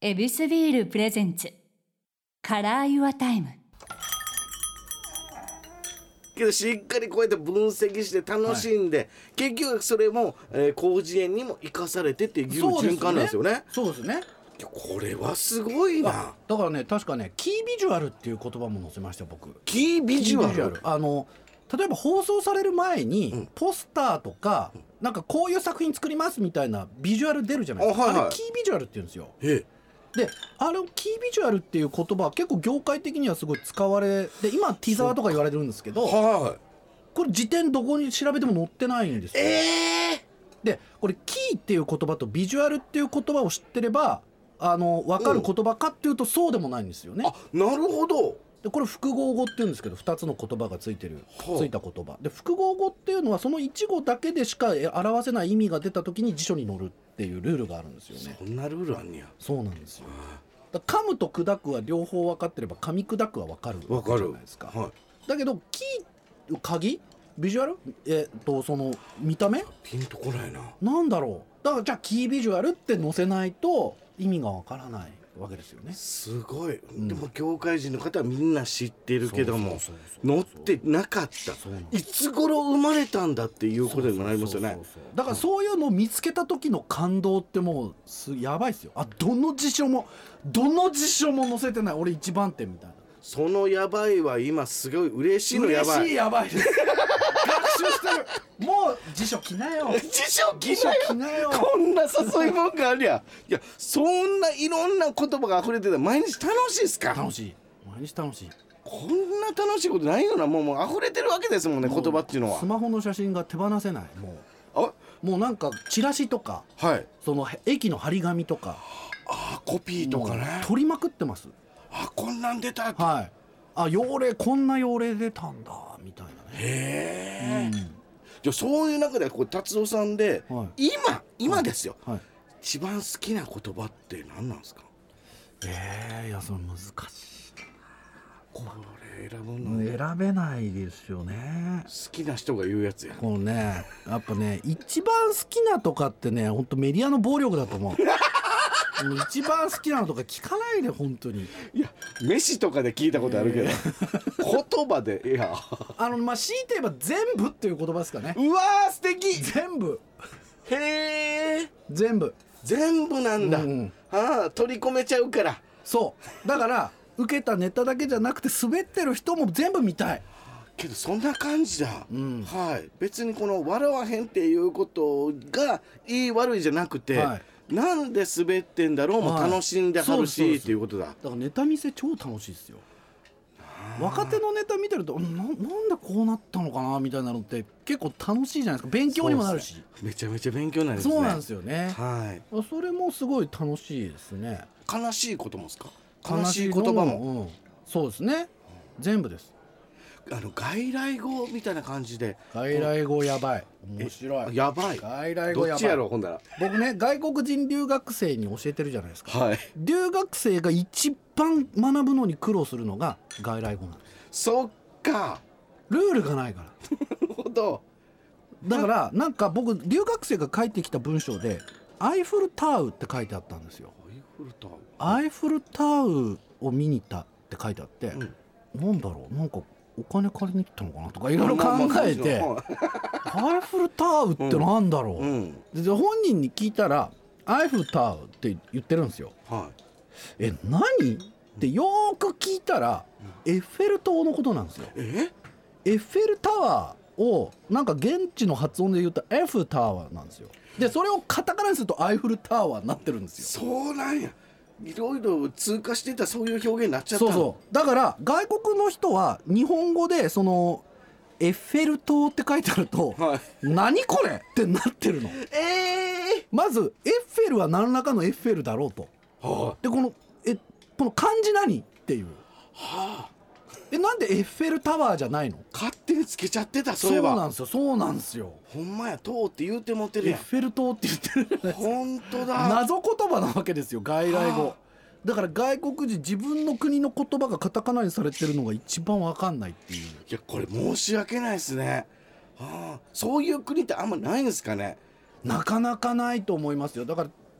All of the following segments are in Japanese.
エビスビールプレゼンツカラーユアタイム。 けどしっかりこうやって分析して楽しんで、結局それも広辞苑にも生かされてっていう循環なんですよね。 そうですね。 これはすごいな。 だからね、確かね、キービジュアルっていう言葉も載せましたよ、僕。 キービジュアル。 例えば放送される前に、ポスターとかなんかこういう作品作りますみたいなビジュアル出るじゃないですか。あれキービジュアルって言うんですよ。で、キービジュアルっていう言葉は結構業界的にはすごい使われで、今ティザーとか言われてるんですけど、これ辞典どこに調べても載ってないんですよ。で、これキーっていう言葉とビジュアルっていう言葉を知ってれば分かる言葉かっていうとそうでもないんですよね。 なるほど。 でこれ複合語っていうんですけど、2つの言葉がついた言葉で、複合語っていうのはその1語だけでしか表せない意味が出た時に辞書に載るっていうルールがあるんですよね。 そんなルールあんねや。 そうなんですよ。噛むと砕くは両方分かってれば噛み砕くは分かるわけじゃないですか。だけどキー鍵ビジュアルその見た目ピンとこないな。 なんだろう。だからじゃあキービジュアルって載せないと意味が分からないわけですよね。 すごい、でも業界人の方はみんな知ってるけども載ってなかった。いつ頃生まれたんだっていうことにもなりますよね。 だからそういうのを見つけた時の感動ってもうやばいですよ。どの辞書も載せてない俺一番手みたいな。 そのやばいは今すごい嬉しいのやばい。 嬉しいやばいです学習してる。もう辞書着なよ。 辞書着なよ。こんな誘い文句ありゃ。いや、そんないろんな言葉が溢れてて毎日楽しいですか。 楽しい。毎日楽しい。 こんな楽しいことないよな。もう溢れてるわけですもんね、言葉っていうのは。 スマホの写真が手放せない。もうなんかチラシとか、その駅の張り紙とか、 コピーとかね、 取りまくってます。 こんなん出た。 用例こんな用例出たんだみたいなね。 じゃあそういう中で達夫さんで、今ですよ、一番好きな言葉って何なんですか。 いや、それ難しい。 これ選ぶの選べないですよね。 好きな人が言うやつや。 このね、やっぱね、一番好きなとかってね、本当メディアの暴力だと思う。一番好きなのとか聞かないで本当に。 いや、飯とかで聞いたことあるけど、言葉で、いや強いて言えば全部っていう言葉ですかね。 うわー素敵。 全部。 へえ。 全部なんだ。取り込めちゃうから。 そうだから受けたネタだけじゃなくて滑ってる人も全部見たいけど、そんな感じだ。別にこの笑わへんっていうことがいい悪いじゃなくて、なんで滑ってんだろうも楽しんではるしっていうことだ。 だからネタ見せ超楽しいですよ。若手のネタ見てるとなんでこうなったのかなみたいなのって結構楽しいじゃないですか。勉強にもなるし、 めちゃめちゃ勉強になるんですね。 そうなんですよね。それもすごい楽しいですね。 悲しいこともですか。悲しい言葉も、 そうですね。全部です。 外来語みたいな感じで。 外来語やばい。面白い。 やばい。 外来語やばい。 どっちやろう。ほんだら僕ね、外国人留学生に教えてるじゃないですか。留学生が一番学ぶのに苦労するのが外来語なんです。 そっか。 ルールがないから。 なるほど。 だからなんか僕留学生が書いてきた文章でアイフルタウって書いてあったんですよ。アイフルタウを見に行ったって書いてあって、なんだろう、なんかお金借りに行ったのかなとかいろいろ考えて、アイフルタウってなんだろう、で本人に聞いたらアイフルタウって言ってるんですよ。何ってよーく聞いたら、エッフェル塔のことなんですよ。エッフェルタワーをなんか現地の発音で言うとエフタワーなんですよ。でそれをカタカナにするとアイフルタワーになってるんですよ。 そうなんや。いろいろ通過していたそういう表現になっちゃったの。 そうだから外国の人は日本語でそのエッフェル塔って書いてあると、何これってなってるの。まずエッフェルは何らかのエッフェルだろうと、でこの漢字何っていう、なんでエッフェルタワーじゃないの。 勝手につけちゃってた。 そうなんですよ。そうなんですよ。 ほんまや、塔って言うてもってるやん。 エッフェル塔って言ってる。 本当だ。 謎言葉なわけですよ、外来語。だから外国人自分の国の言葉がカタカナにされてるのが一番わかんないっていう。いや、これ申し訳ないですね。そういう国ってあんまないんですかね。 なかなかないと思いますよ。だから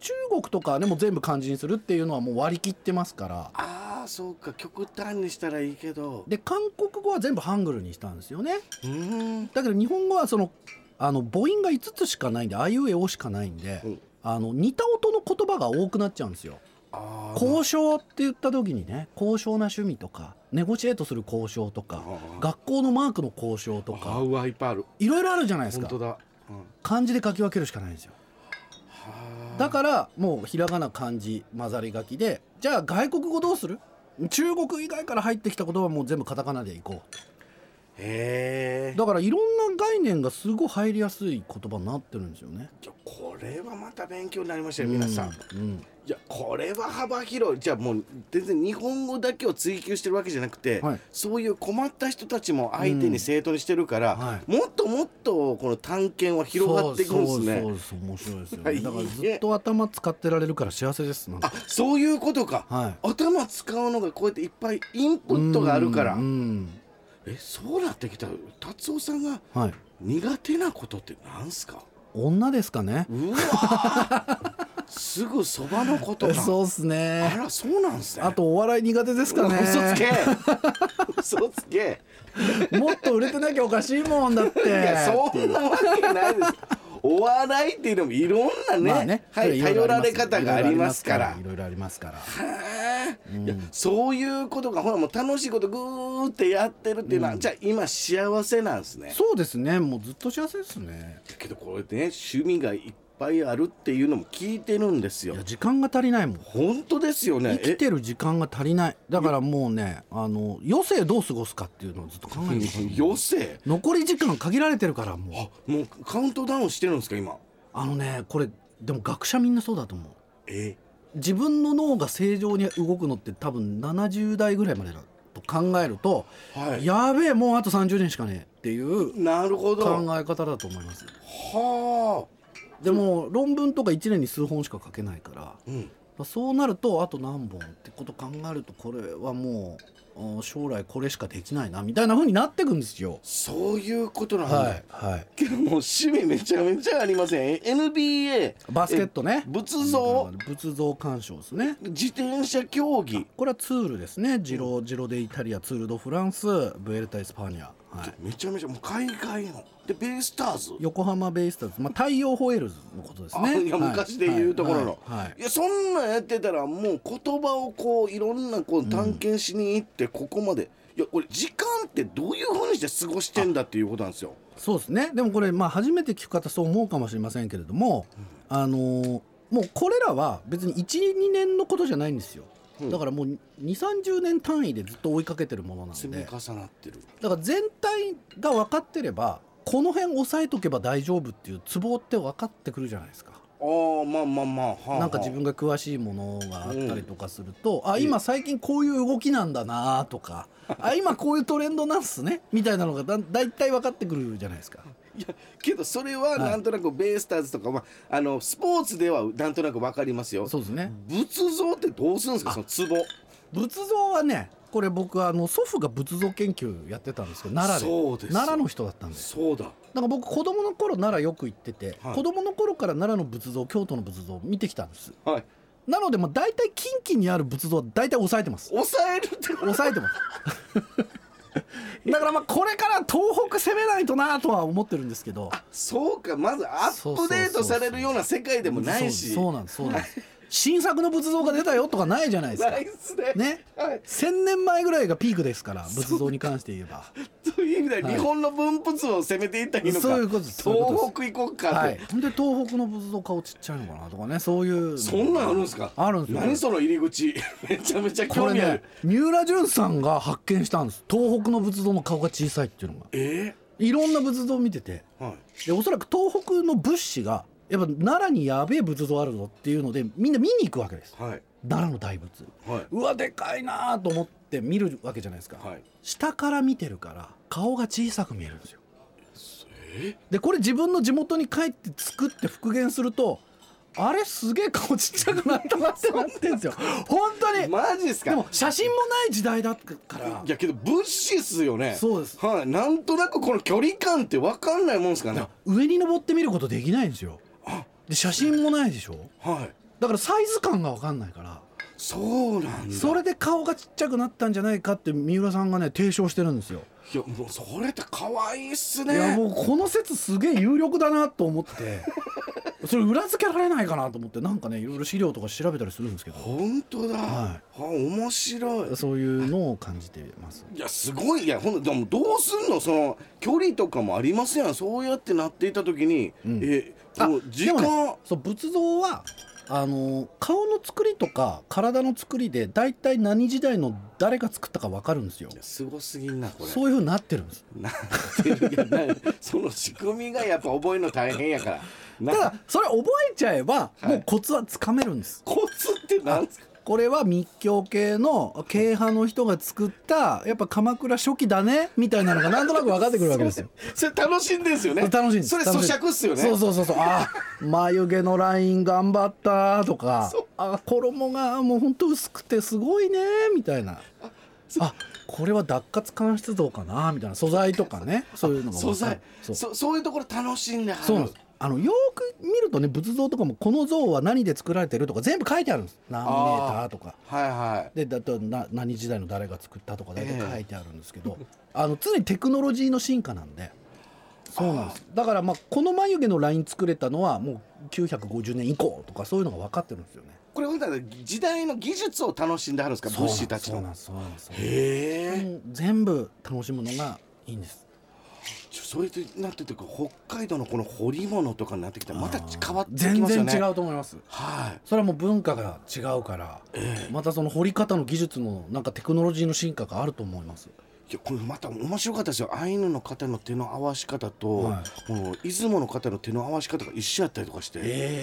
中国とかでも全部漢字にするっていうのはもう割り切ってますから。 ああそうか、極端にしたらいいけど、 で韓国語は全部ハングルにしたんですよね。だけど日本語はその母音が5つしかないんで、あいうえおしかないんで、似た音の言葉が多くなっちゃうんですよ。交渉って言った時にね、高尚な趣味とかネゴシエートする交渉とか、学校のマークの交渉とか、いろいろあるじゃないですか。 本当だ、 漢字で書き分けるしかないんですよ。だからもうひらがな漢字混ざり書きで、じゃあ外国語どうする？中国以外から入ってきた言葉も全部カタカナでいこう。だからいろんな概念がすごい入りやすい言葉になってるんですよね。 これはまた勉強になりましたよ、皆さん。いやこれは幅広い。じゃあもう全然日本語だけを追求してるわけじゃなくて、そういう困った人たちも相手に生徒にしてるから、もっともっとこの探検は広がっていくんですね。 そう面白いですよね。だからずっと頭使ってられるから幸せです。 あ、そういうことか、頭使うのがこうやっていっぱいインプットがあるから。そうなってきたら達夫さんが苦手なことってなんすか？ 女ですかね。 うわすぐそばのことが。 そうっすね。 あらそうなんですね。 あとお笑い苦手ですかね。 嘘つけ嘘つけもっと売れてなきゃおかしいもんだって。いやそんなわけないです。お笑いっていうのもいろんなね、頼られ方がありますから。 いろいろありますから。 いやそういうことがほらもう楽しいことぐーってやってるっていうのは、じゃあ今幸せなんですね。 そうですね、もうずっと幸せですね。 だけどこれね、趣味がいっぱいあるっていうのも聞いてるんですよ。 いや時間が足りないもん。 本当ですよね。 生きてる時間が足りない。だからもうね、余生どう過ごすかっていうのをずっと考えてる。 余生残り時間限られてるからもうカウントダウンしてるんですか今。 これでも学者みんなそうだと思う。自分の脳が正常に動くのって多分70代ぐらいまでだと考えると、やべえもうあと30年しかねえっていう考え方だと思います。でも論文とか1年に数本しか書けないから、そうなるとあと何本ってこと考えると、これはもう将来これしかできないなみたいな風になってくんですよ。 そういうことなんだ。けどもう趣味めちゃめちゃありません。NBA バスケットね、 仏像鑑賞ですね。 自転車競技、 これはツールですね。ジロデイタリア、ツールドフランス、ブエルタイスパーニャ、 めちゃめちゃもう海外のでベイスターズ、 横浜ベイスターズ、太陽ホエールズのことですね。 いや昔でいうところの、いやそんなんやってたらもう言葉をこういろんなこう探検しに行ってここまで、いやこれ時間ってどういう風にして過ごしてんだっていうことなんですよ。 そうですね。でもこれ初めて聞く方そう思うかもしれませんけれども、もうこれらは別に 1,2 年のことじゃないんですよ。だからもう 2,30 年単位でずっと追いかけてるものなんで、積み重なってる。 だから全体が分かってればこの辺押さえとけば大丈夫っていうツボって分かってくるじゃないですか。なんか自分が詳しいものがあったりとかすると、今最近こういう動きなんだなとか今こういうトレンドなんすねみたいなのがだいたい分かってくるじゃないですか。 いやけどそれはなんとなくベイスターズとか、スポーツではなんとなく分かりますよ。 そうですね。 仏像ってどうするんですか、その壺。 仏像はね、これ僕祖父が仏像研究やってたんですけど、奈良で。奈良の人だったんで。 そうだ。 だから僕子供の頃奈良よく行ってて、子供の頃から奈良の仏像、京都の仏像見てきたんです。なので大体近畿にある仏像は大体抑えてます。 抑えるって抑えてますだからこれから東北攻めないとなとは思ってるんですけど。 そうか、まずアップデートされるような世界でもないし。 そうなんです新作の仏像が出たよとかないじゃないですか。 ないですね。 1000年前ぐらいがピークですから、仏像に関して言えば。 という意味では日本の分布図を攻めていったらいいのか。 そういうことです。 東北行こうかって。 ほんで東北の仏像顔ちっちゃいのかなとかね、そういう。 そんなんあるんですか。 あるんですよ。 何その入り口めちゃめちゃ興味ある。 三浦淳さんが発見したんです。東北の仏像の顔が小さいっていうのが。いろんな仏像を見てて、でおそらく東北の仏師がやっぱ奈良にやべえ仏像あるぞっていうのでみんな見に行くわけです、奈良の大仏、うわでかいなと思って見るわけじゃないですか、下から見てるから顔が小さく見えるんですよ。でこれ自分の地元に帰って作って復元すると、あれすげえ顔ちっちゃくなったなってなってんですよ本当に。 マジですか。 でも写真もない時代だから。 いやけど仏師っすよね。 そうです。 なんとなくこの距離感って分かんないもんですかね。 上に登って見ることできないんですよ。で写真もないでしょ。だかだからサイズ感が分かんないから、 そうなんだ。 それで顔がちっちゃくなったんじゃないかって三浦さんがね提唱してるんですよ。 いやもうそれって可愛いっすね。 いやもうこの説すげえ有力だなと思ってそれ裏付けられないかなと思って、なんかねいろいろ資料とか調べたりするんですけど、 本当だ、はい、面白い。 そういうのを感じてます。 いやすごい。いやほんでもどうすんの、その距離とかもありますやん、そうやってなっていた時に、時間、 ね、そう仏像は顔の作りとか体の作りでだいたい何時代の誰が作ったか分かるんですよ。 すごすぎんなこれ。 そういう風になってるんです。 なってる。いやその仕組みがやっぱ覚えるの大変やから。 ただそれ覚えちゃえば、もうコツはつかめるんです。 コツって何ですか？ これは密教系の慶派の人が作ったやっぱ鎌倉初期だねみたいなのがなんとなく分かってくるわけですよ。 それ楽しいんですよね。 楽しいんです。 それ咀嚼っすよね。 そうあ眉毛のライン頑張ったとか、衣がもうほんと薄くてすごいねみたいな、これは脱褐間出像かなみたいな、素材とかね、そういうのが分かる。素材、 そういうところ楽しんではる。 そうなんです。よく見るとね、仏像とかもこの像は何で作られてるとか全部書いてあるんです。何メーターとか、でだと何時代の誰が作ったとか大体書いてあるんですけど、常にテクノロジーの進化なんで。そうなんです。だからこの眉毛のライン作れたのはもう950年以降とかそういうのが分かってるんですよね。 これだから時代の技術を楽しんであるんですか、武士たちの。 そうなんです。 へえ。 全部楽しむのがいいんです。 それでなってて、北海道のこの彫り物とかになってきたらまた変わってきますよね。 全然違うと思います。それはもう文化が違うから、またその彫り方の技術のなんかテクノロジーの進化があると思います。 いやこれまた面白かったですよ。アイヌの方の手の合わし方と、この出雲の方の手の合わし方が一緒やったりとかして、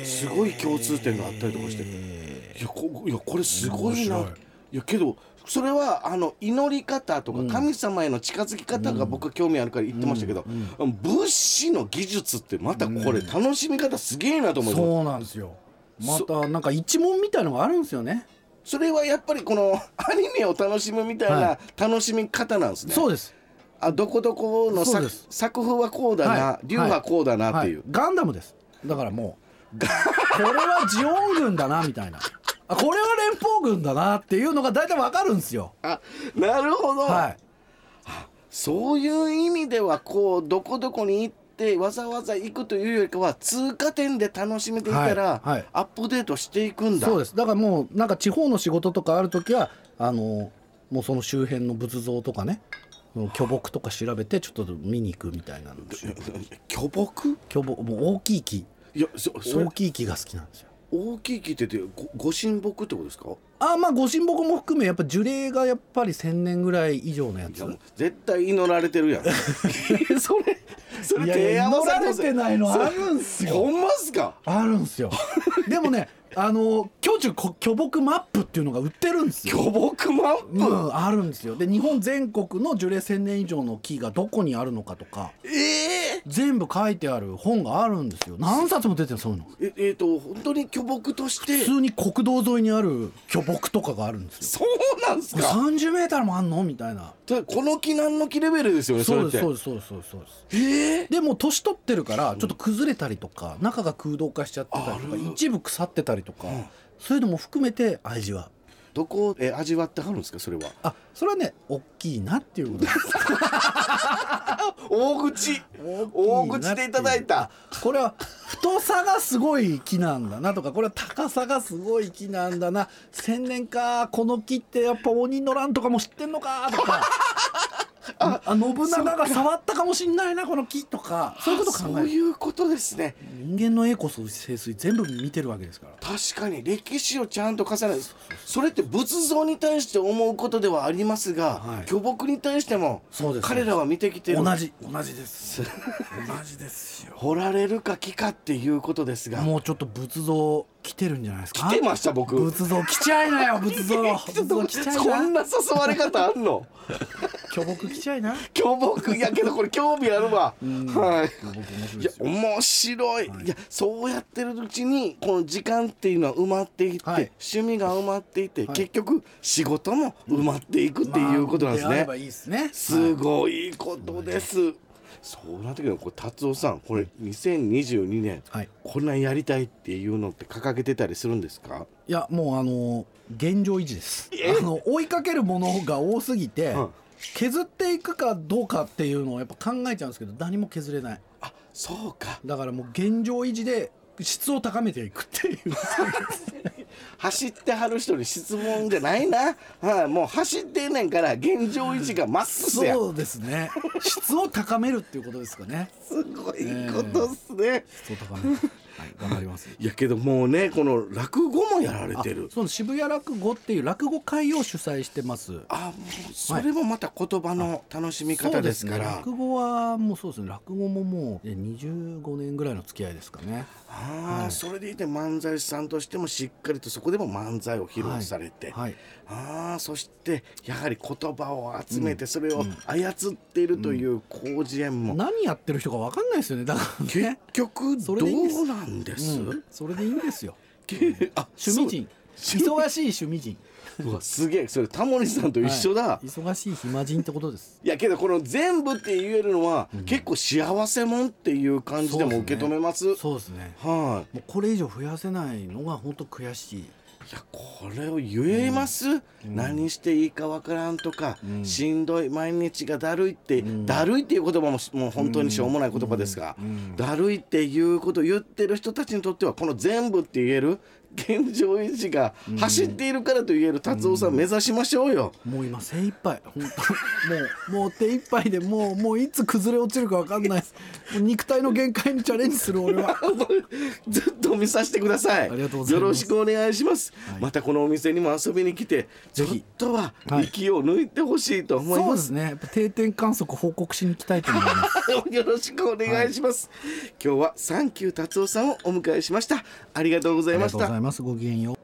すごい共通点があったりとかして、いやこれすごいな。いやけどそれは祈り方とか神様への近づき方が僕は興味あるから言ってましたけど、仏師の技術ってまたこれ楽しみ方すげえなと思います。 そうなんですよ。またなんか一問みたいのがあるんですよね。 それはやっぱりこのアニメを楽しむみたいな楽しみ方なんですね。 そうです。 どこどこの作風はこうだな、流はこうだなっていう、 ガンダムです。だからもうこれはジオン軍だなみたいな、これは連邦軍だなっていうのが大体わかるんですよ。 なるほど、そういう意味ではどこどこに行ってわざわざ行くというよりかは通過点で楽しめていたら、アップデートしていくんだ。 そうです。だからもうなんか地方の仕事とかあるときはもうその周辺の仏像とかね、巨木とか調べてちょっと見に行くみたいなんですよ。 巨木もう大きい木。 いや大きい木が好きなんですよ。 大きい木ってご神木ってことですか？ ご神木も含めやっぱ樹齢がやっぱり1000年ぐらい以上のやつ。 絶対祈られてるやんそれ手合わせ祈られてないのあるんすよ。 ほんまっすか？ あるんすよでもね巨木マップっていうのが売ってるんですよ。 巨木マップ、 あるんですよ。で日本全国の樹齢1000年以上の木がどこにあるのかとか、全部書いてある本があるんですよ。何冊も出てる。そういうの本当に巨木として普通に国道沿いにある巨木とかがあるんですよ。そうなんですか ？30メーターもあんのみたいな。 この木何の木レベルですよね。 そうです。でも年取ってるからちょっと崩れたりとか、中が空洞化しちゃってたりとか、一部腐ってたりとか、そういうのも含めて味わう。 どこ味わってはるんですか？それはそれはね大きいなっていうことです大口でいただいた。 これは太さがすごい木なんだなとか、これは高さがすごい木なんだな、1000年か、この木ってやっぱ鬼の乱とかも知ってんのかとか信長が触ったかもしんないなこの木とか、そういうこと考える。 そういうことですね。 人間の栄枯盛衰全部見てるわけですから。 確かに歴史をちゃんと重ねる。それって仏像に対して思うことではありますが、巨木に対しても彼らは見てきてる。 同じです同じですよ。 掘られるか木かっていうことですが、 もうちょっと仏像来てるんじゃないですか？ 来てました。僕仏像来ちゃいなよ。仏像来ちゃいな。 こんな誘われ方あんの巨木来ちゃいな。 巨木、いやけどこれ興味あるわ。いや面白い。いやそうやってるうちにこの時間っていうのは埋まっていって、趣味が埋まっていって、結局仕事も埋まっていくっていうことなんですね。 いいですね。 すごいことです。 そうなってくると達夫さんこれ2022年、はい、こんなんやりたいっていうのって掲げてたりするんですか？ いやもう現状維持です。追いかけるものが多すぎて、削っていくかどうかっていうのをやっぱ考えちゃうんですけど何も削れない。 あ、そうか。 だからもう現状維持で質を高めていくっていう走ってはる人に質問じゃないな、はい、もう走ってんねんから現状維持がマックスや。 そうですね、質を高めるっていうことですかね。 すごいことっすね、 質を高める、はい、頑張ります。 いやけどもうねこの落語もやられてる。 そう、渋谷落語っていう落語会を主催してます。 もうそれもまた言葉の楽しみ方ですから、 ね、落語はもうそうですね、落語ももう25年ぐらいの付き合いですかね。 はい、それでいて漫才師さんとしてもしっかりとそこでも漫才を披露されて、はいはい、そしてやはり言葉を集めてそれを操っているという広辞苑も、 何やってる人か分かんないですよね。だからね、結局どうなんです？ それでいいんですよ趣味人、忙しい趣味人うわすげえ、それタモリさんと一緒だ、 はい、忙しい暇人ってことです。 いやけどこの全部って言えるのは、結構幸せもんっていう感じでも受け止めます。 そうですね、 はい、 もうこれ以上増やせないのが本当悔しい。 いやこれを言えます、何していいかわからんとか、しんどい毎日がだるいって、だるいっていう言葉ももう本当にしょうもない言葉ですが、だるいっていうことを言ってる人たちにとってはこの全部って言える現状維持が走っているからと言える達夫さん目指しましょうよ。 もう今精一杯本当もう手一杯でもういつ崩れ落ちるか分かんないです。もう肉体の限界にチャレンジする俺はずっと見させてください。 ありがとうございます。 よろしくお願いします、はい、またこのお店にも遊びに来てちょっとは息を抜いてほしいと思います、 そうですね、やっぱ定点観測報告しに行きたいと思いますよろしくお願いします、はい、今日はサンキュー達夫さんをお迎えしました。ありがとうございました。 ありがとうございます。ごきげんよう。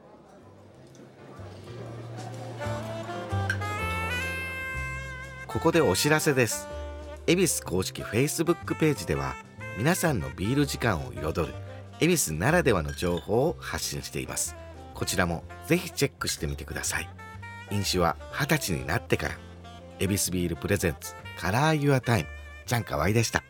ここでお知らせです。恵比寿公式 Facebook ページでは皆さんのビール時間を彩る恵比寿ならではの情報を発信しています。こちらもぜひチェックしてみてください。飲酒は20歳になってから。恵比寿ビールプレゼンツカラーユアタイム、ちゃんかわいでした。